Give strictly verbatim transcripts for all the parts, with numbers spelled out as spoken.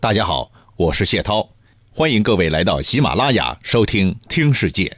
大家好，我是谢涛，欢迎各位来到喜马拉雅收听听世界。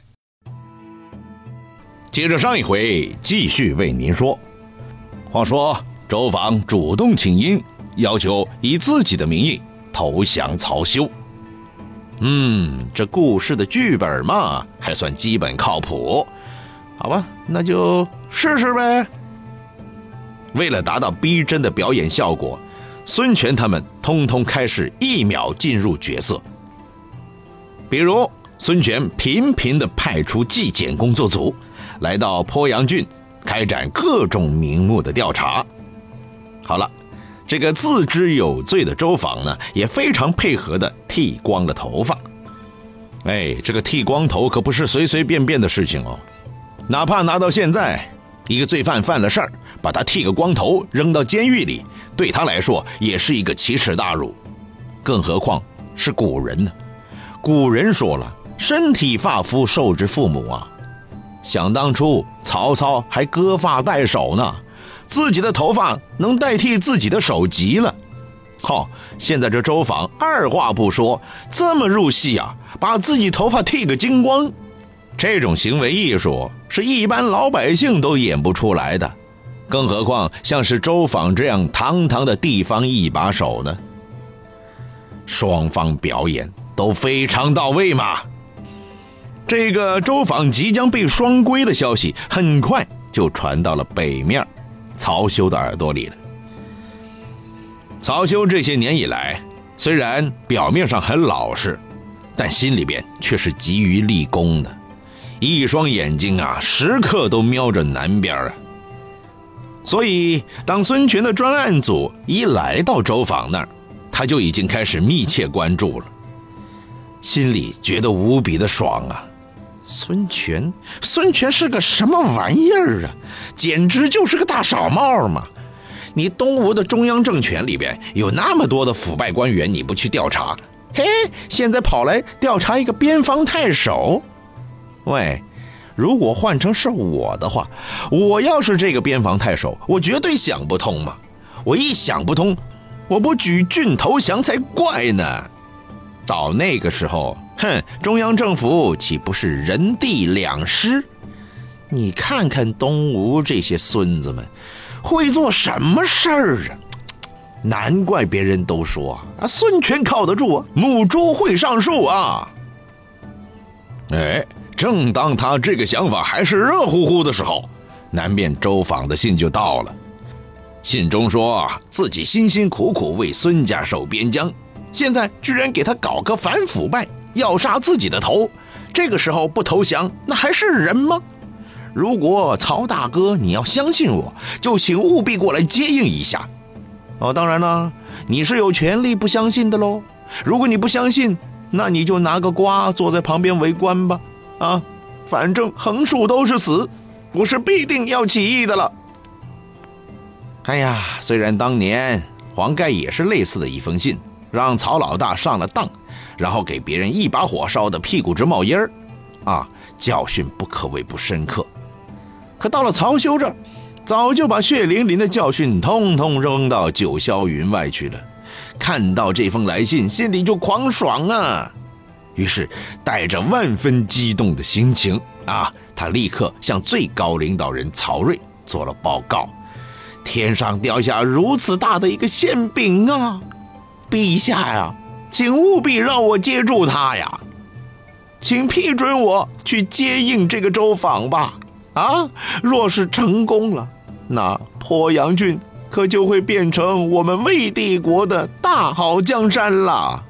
接着上一回继续为您说，话说周访主动请缨，要求以自己的名义投降曹休。嗯，这故事的剧本嘛，还算基本靠谱。好吧，那就试试呗。为了达到逼真的表演效果，孙权他们通通开始一秒进入角色。比如孙权频频地派出纪检工作组来到鄱阳郡，开展各种名目的调查。好了，这个自知有罪的周访呢，也非常配合地剃光了头发。哎，这个剃光头可不是随随便便的事情哦，哪怕拿到现在，一个罪犯犯了事儿，把他剃个光头扔到监狱里，对他来说也是一个奇耻大辱。更何况是古人呢？古人说了，身体发肤受之父母啊。想当初曹操还割发代首呢，自己的头发能代替自己的首级了。好、哦，现在这周访二话不说，这么入戏啊，把自己头发剃个精光。这种行为艺术是一般老百姓都演不出来的，更何况像是周访这样堂堂的地方一把手呢？双方表演都非常到位嘛。这个周访即将被双规的消息很快就传到了北面曹休的耳朵里了。曹休这些年以来，虽然表面上很老实，但心里边却是急于立功的，一双眼睛啊，时刻都瞄着南边啊。所以当孙权的专案组一来到周访那儿，他就已经开始密切关注了，心里觉得无比的爽啊。孙权孙权是个什么玩意儿啊，简直就是个大傻帽嘛。你东吴的中央政权里边有那么多的腐败官员，你不去调查，嘿，现在跑来调查一个边防太守。喂，如果换成是我的话，我要是这个边防太守，我绝对想不通嘛。我一想不通，我不举郡投降才怪呢。到那个时候，哼，中央政府岂不是人地两失？你看看东吴这些孙子们会做什么事儿啊？难怪别人都说啊，孙权靠得住啊，母猪会上树啊。哎，正当他这个想法还是热乎乎的时候，南边周访的信就到了。信中说自己辛辛苦苦为孙家守边疆，现在居然给他搞个反腐败，要杀自己的头，这个时候不投降，那还是人吗？如果曹大哥你要相信我，就请务必过来接应一下。哦，当然了，你是有权利不相信的咯。如果你不相信，那你就拿个瓜坐在旁边围观吧。啊，反正横竖都是死，不是必定要起义的了。哎呀，虽然当年黄盖也是类似的一封信，让曹老大上了当，然后给别人一把火烧的屁股直冒烟儿，啊，教训不可谓不深刻。可到了曹休这儿，早就把血淋淋的教训通通扔到九霄云外去了。看到这封来信，心里就狂爽啊！于是带着万分激动的心情啊，他立刻向最高领导人曹睿做了报告。天上掉下如此大的一个馅饼啊！陛下呀，请务必让我接住他呀！请批准我去接应这个周访吧！啊，若是成功了，那鄱阳郡可就会变成我们魏帝国的大好江山了。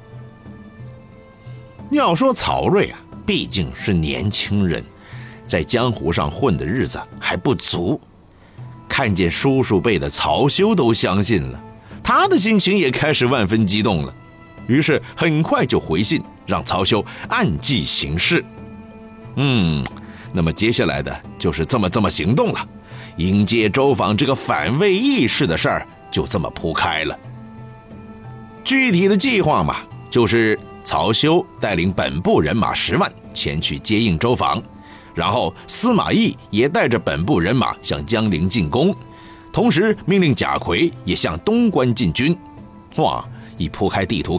要说曹睿啊，毕竟是年轻人，在江湖上混的日子还不足，看见叔叔辈的曹休都相信了，他的心情也开始万分激动了。于是很快就回信让曹休按计行事。嗯，那么接下来的就是这么这么行动了，迎接周访这个反魏义士的事儿就这么铺开了。具体的计划嘛，就是曹休带领本部人马十万前去接应周访，然后司马懿也带着本部人马向江陵进攻，同时命令贾逵也向东关进军。哇，一铺开地图看，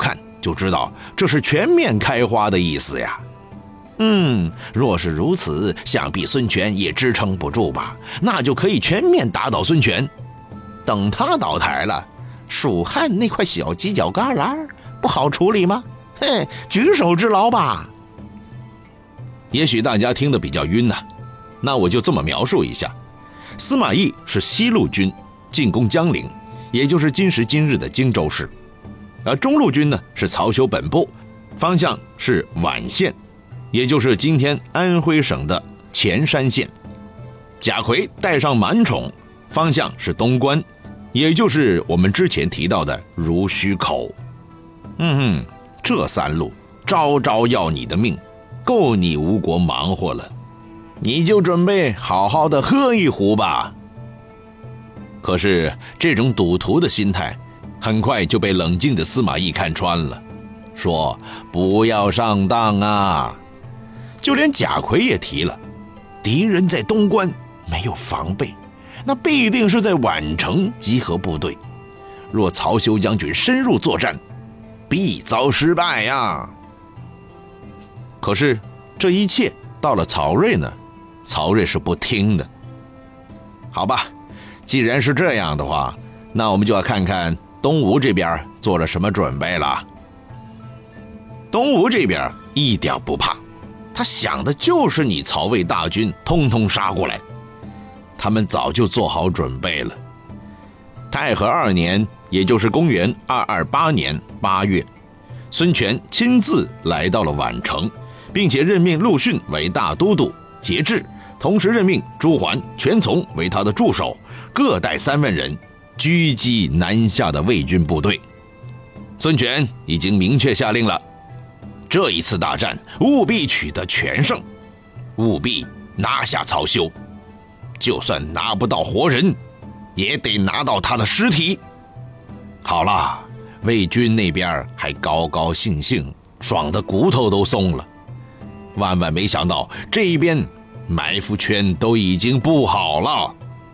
就知道这是全面开花的意思呀。嗯，若是如此，想必孙权也支撑不住吧？那就可以全面打倒孙权。等他倒台了，蜀汉那块小犄角旮旯不好处理吗？嘿，举手之劳吧。也许大家听得比较晕啊，那我就这么描述一下：司马懿是西路军，进攻江陵，也就是今时今日的荆州市；而中路军呢是曹休本部，方向是宛县，也就是今天安徽省的潜山县。贾逵带上满宠，方向是东关，也就是我们之前提到的濡须口。嗯哼，这三路招招要你的命，够你吴国忙活了，你就准备好好的喝一壶吧。可是这种赌徒的心态很快就被冷静的司马懿看穿了，说不要上当啊。就连贾逵也提了，敌人在东关没有防备，那必定是在宛城集合部队，若曹休将军深入作战，必遭失败呀。可是这一切到了曹睿呢，曹睿是不听的。好吧，既然是这样的话，那我们就要看看东吴这边做了什么准备了。东吴这边一点不怕，他想的就是你曹魏大军通通杀过来，他们早就做好准备了。太和二年，也就是公元二二八年八月，孙权亲自来到了宛城，并且任命陆逊为大都督节制，同时任命朱桓、全琮为他的助手，各带三万人狙击南下的魏军部队。孙权已经明确下令了，这一次大战务必取得全胜，务必拿下曹休，就算拿不到活人，也得拿到他的尸体。好了，魏军那边还高高兴兴，爽得骨头都松了。万万没想到，这一边埋伏圈都已经布好了。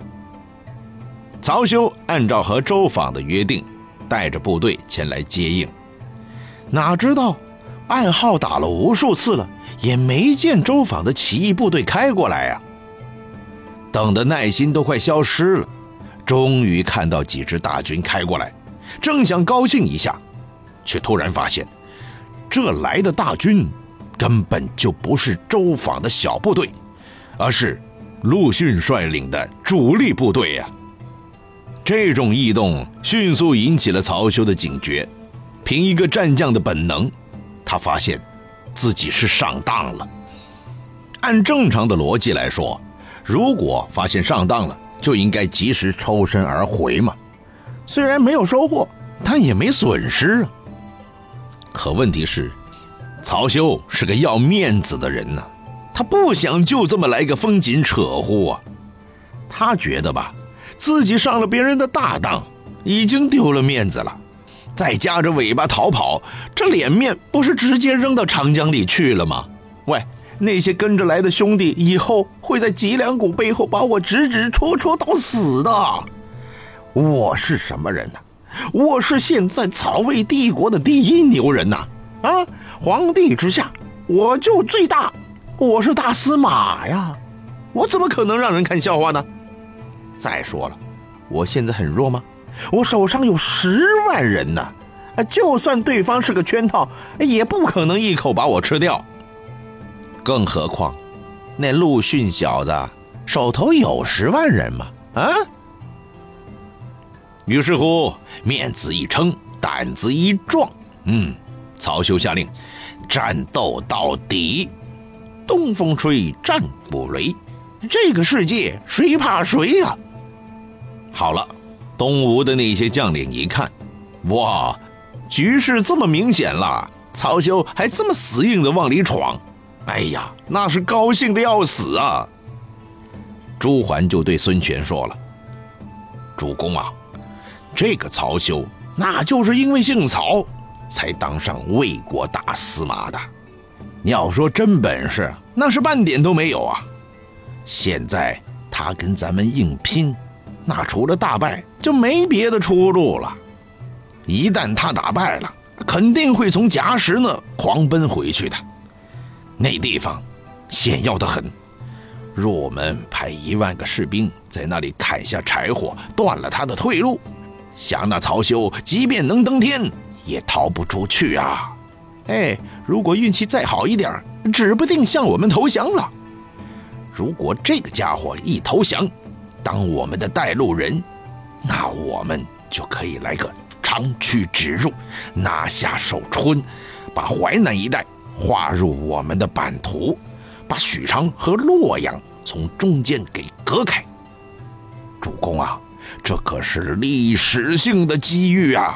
曹休按照和周访的约定，带着部队前来接应，哪知道暗号打了无数次了，也没见周访的起义部队开过来啊。等的耐心都快消失了，终于看到几支大军开过来，正想高兴一下，却突然发现这来的大军根本就不是周访的小部队，而是陆逊率领的主力部队呀、啊。这种异动迅速引起了曹休的警觉，凭一个战将的本能，他发现自己是上当了。按正常的逻辑来说，如果发现上当了，就应该及时抽身而回嘛。虽然没有收获，但也没损失啊。可问题是，曹休是个要面子的人呢、啊，他不想就这么来个风紧扯呼啊。他觉得吧，自己上了别人的大当，已经丢了面子了，再夹着尾巴逃跑，这脸面不是直接扔到长江里去了吗？喂，那些跟着来的兄弟以后会在脊梁骨背后把我直直戳戳到死的。我是什么人呢、啊？我是现在曹魏帝国的第一牛人呐、啊！啊，皇帝之下我就最大，我是大司马呀，我怎么可能让人看笑话呢？再说了，我现在很弱吗？我手上有十万人呢，就算对方是个圈套，也不可能一口把我吃掉。更何况那陆逊小子手头有十万人吗？啊！于是乎，面子一撑，胆子一壮，嗯，曹休下令战斗到底，东风吹，战不雷，这个世界谁怕谁呀、啊？好了，东吴的那些将领一看，哇，局势这么明显了，曹休还这么死硬的往里闯，哎呀，那是高兴的要死啊。朱桓就对孙权说了，主公啊，这个曹休那就是因为姓曹才当上魏国大司马的，你要说真本事，那是半点都没有啊。现在他跟咱们硬拼，那除了大败就没别的出路了。一旦他打败了， 肯定会从碣石呢狂奔回去的。那地方险要得很，若我们派一万个士兵在那里砍下柴火，断了他的退路，想那曹休即便能登天，也逃不出去啊！哎，如果运气再好一点，指不定向我们投降了。如果这个家伙一投降，当我们的带路人，那我们就可以来个长驱直入，拿下守春，把淮南一带划入我们的版图，把许昌和洛阳从中间给隔开。主公啊，这可是历史性的机遇啊！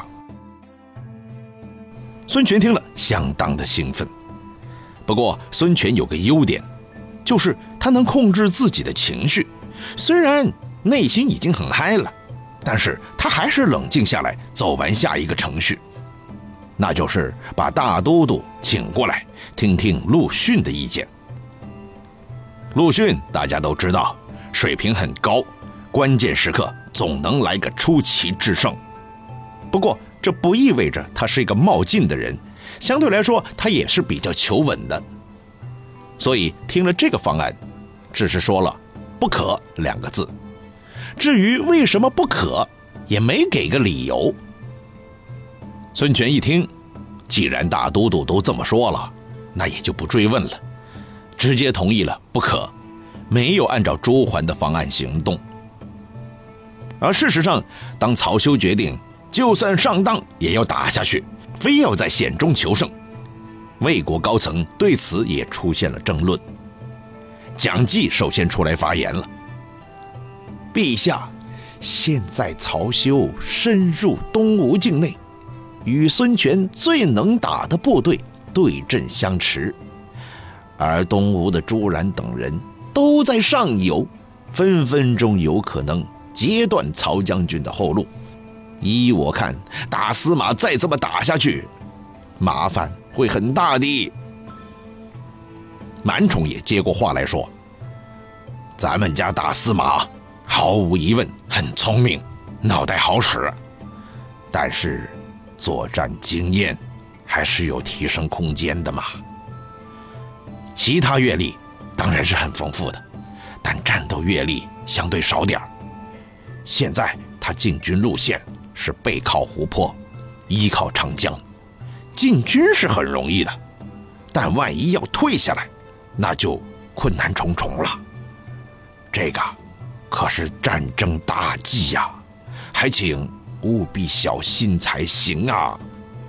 孙权听了相当的兴奋。不过孙权有个优点，就是他能控制自己的情绪，虽然内心已经很嗨了，但是他还是冷静下来，走完下一个程序，那就是把大都督请过来听听陆逊的意见。陆逊大家都知道，水平很高，关键时刻总能来个出奇制胜。不过这不意味着他是一个冒进的人，相对来说他也是比较求稳的。所以听了这个方案，只是说了不可两个字，至于为什么不可，也没给个理由。孙权一听，既然大都督都这么说了，那也就不追问了，直接同意了不可，没有按照朱桓的方案行动。而事实上，当曹休决定就算上当也要打下去，非要在险中求胜，魏国高层对此也出现了争论。蒋济首先出来发言了：陛下，现在曹休深入东吴境内，与孙权最能打的部队对阵相持，而东吴的朱然等人都在上游，分分钟有可能截断曹将军的后路。依我看，大司马再这么打下去，麻烦会很大的。满宠也接过话来说：咱们家大司马毫无疑问很聪明，脑袋好使，但是作战经验还是有提升空间的嘛。其他阅历当然是很丰富的，但战斗阅历相对少点。现在他进军路线是背靠湖泊，依靠长江，进军是很容易的，但万一要退下来，那就困难重重了。这个可是战争大忌呀，还请务必小心才行啊。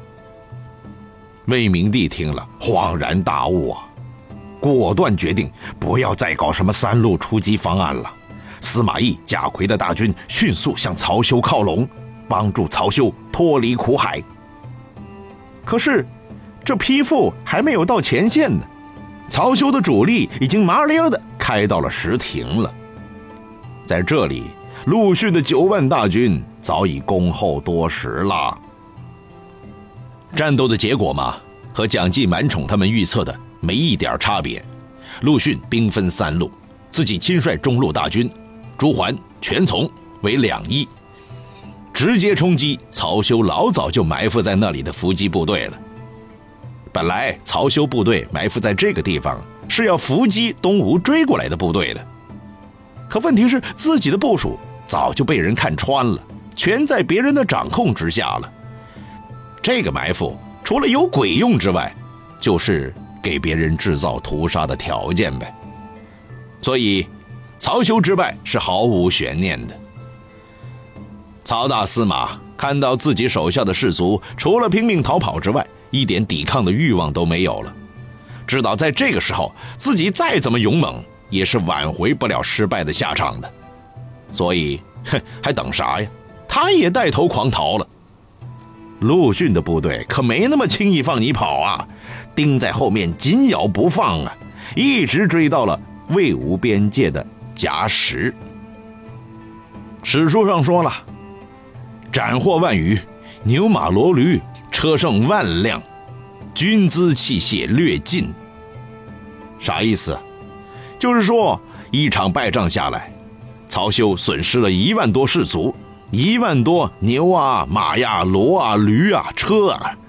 魏明帝听了恍然大悟啊，果断决定不要再搞什么三路出击方案了。司马懿、贾逵的大军迅速向曹休靠拢，帮助曹休脱离苦海。可是这匹夫还没有到前线呢，曹休的主力已经麻溜的开到了石亭了。在这里，陆逊的九万大军早已恭候多时了。战斗的结果嘛，和蒋济、满宠他们预测的没一点差别。陆逊兵分三路，自己亲率中路大军，朱桓、全琮为两翼，直接冲击曹休老早就埋伏在那里的伏击部队了。本来曹休部队埋伏在这个地方是要伏击东吴追过来的部队的，可问题是自己的部署早就被人看穿了，全在别人的掌控之下了。这个埋伏除了有鬼用之外，就是给别人制造屠杀的条件呗。所以曹休之败是毫无悬念的。曹大司马看到自己手下的士卒除了拼命逃跑之外，一点抵抗的欲望都没有了，知道在这个时候自己再怎么勇猛也是挽回不了失败的下场的，所以哼，还等啥呀？他也带头狂逃了。陆逊的部队可没那么轻易放你跑啊，盯在后面紧咬不放啊，一直追到了魏吴边界的碣石。史书上说了，斩获万余，牛马骡驴车剩万辆，军资器械略尽。啥意思？就是说一场败仗下来，曹休损失了一万多士卒，一万多牛啊、马呀、骡啊、驴啊、车啊，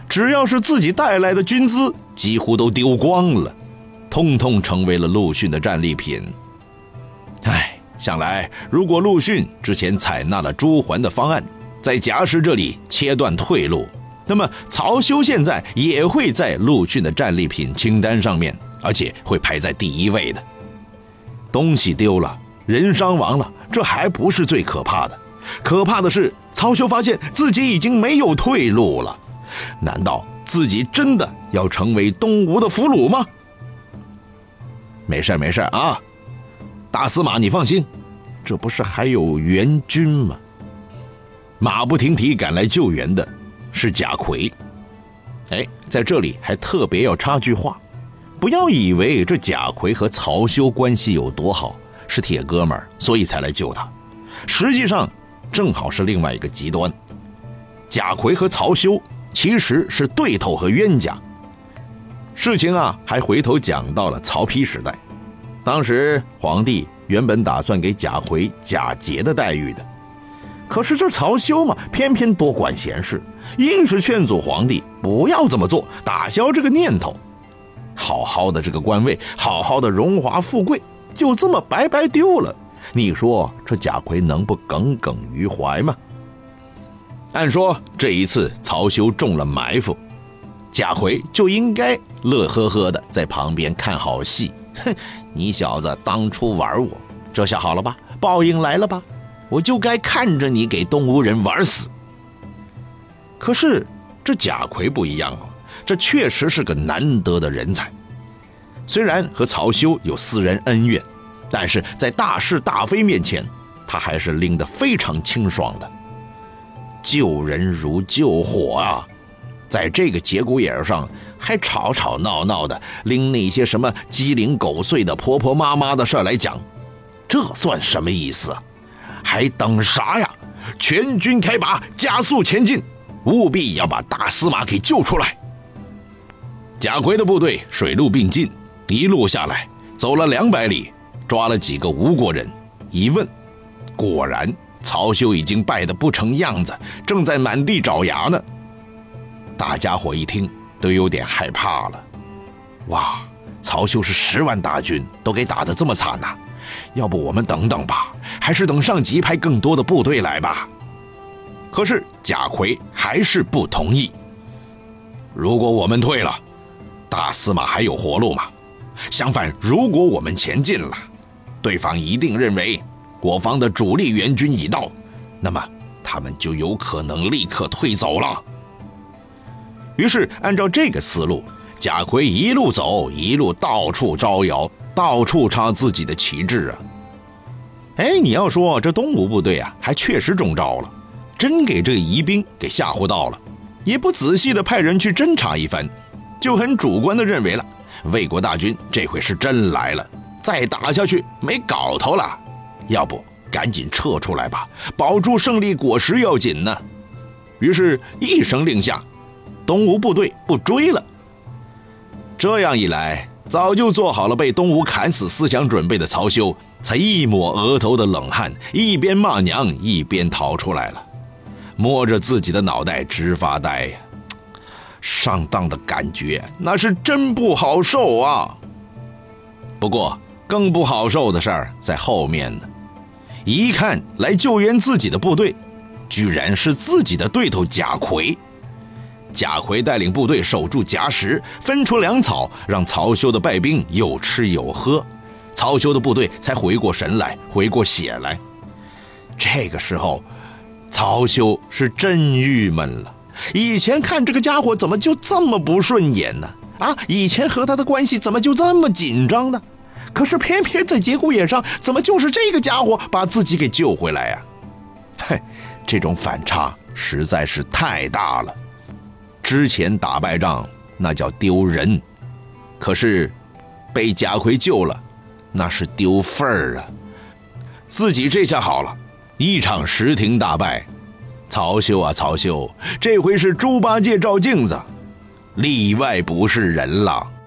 只要是自己带来的军资，几乎都丢光了，通通成为了陆逊的战利品。唉，想来如果陆逊之前采纳了朱桓的方案，在贾石这里切断退路，那么曹休现在也会在陆逊的战利品清单上面，而且会排在第一位的。东西丢了，人伤亡了，这还不是最可怕的，可怕的是曹休发现自己已经没有退路了。难道自己真的要成为东吴的俘虏吗？没事没事啊，大司马你放心，这不是还有援军吗？马不停蹄赶来救援的是贾逵。哎，在这里还特别要插句话，不要以为这贾逵和曹休关系有多好，是铁哥们儿，所以才来救他。实际上正好是另外一个极端，贾逵和曹休其实是对头和冤家。事情啊，还回头讲到了曹丕时代，当时皇帝原本打算给贾逵假节的待遇的，可是这曹休嘛，偏偏多管闲事，硬是劝阻皇帝不要这么做，打消这个念头。好好的这个官位，好好的荣华富贵，就这么白白丢了，你说这贾逵能不耿耿于怀吗？按说这一次曹休中了埋伏，贾逵就应该乐呵呵的在旁边看好戏。哼，你小子当初玩我，这下好了吧，报应来了吧，我就该看着你给东吴人玩死。可是这贾逵不一样啊，这确实是个难得的人才。虽然和曹休有私人恩怨，但是在大是大非面前，他还是拎得非常清爽的。救人如救火啊，在这个节骨眼上还吵吵闹闹的拎那些什么鸡零狗碎的婆婆妈妈的事来讲，这算什么意思啊？还等啥呀？全军开拔，加速前进，务必要把大司马给救出来。贾逵的部队水陆并进，一路下来走了两百里，抓了几个吴国人，一问，果然曹休已经败得不成样子，正在满地找牙呢。大家伙一听都有点害怕了，哇，曹休是十万大军都给打得这么惨啊，要不我们等等吧，还是等上级派更多的部队来吧。可是贾逵还是不同意。如果我们退了，大司马还有活路吗？相反，如果我们前进了，对方一定认为我方的主力援军已到，那么他们就有可能立刻退走了。于是按照这个思路，贾逵一路走，一路到处招摇，到处插自己的旗帜啊。哎，你要说这东吴部队啊，还确实中招了，真给这个疑兵给吓唬到了，也不仔细的派人去侦查一番，就很主观的认为了魏国大军这回是真来了，再打下去没搞头了，要不赶紧撤出来吧，保住胜利果实要紧呢。于是一声令下，东吴部队不追了。这样一来，早就做好了被东吴砍死思想准备的曹休，才一抹额头的冷汗，一边骂娘一边逃出来了，摸着自己的脑袋直发呆呀。上当的感觉那是真不好受啊。不过更不好受的事儿在后面呢。一看来救援自己的部队，居然是自己的对头贾逵。贾逵带领部队守住硖石，分出粮草，让曹休的败兵有吃有喝，曹休的部队才回过神来，回过血来。这个时候曹休是真郁闷了，以前看这个家伙怎么就这么不顺眼呢？啊，以前和他的关系怎么就这么紧张呢？可是偏偏在节骨眼上，怎么就是这个家伙把自己给救回来呀？嘿，这种反差实在是太大了。之前打败仗那叫丢人，可是被贾逵救了，那是丢份儿啊。自己这下好了，一场石亭大败，曹休啊曹休，这回是猪八戒照镜子，里外不是人了。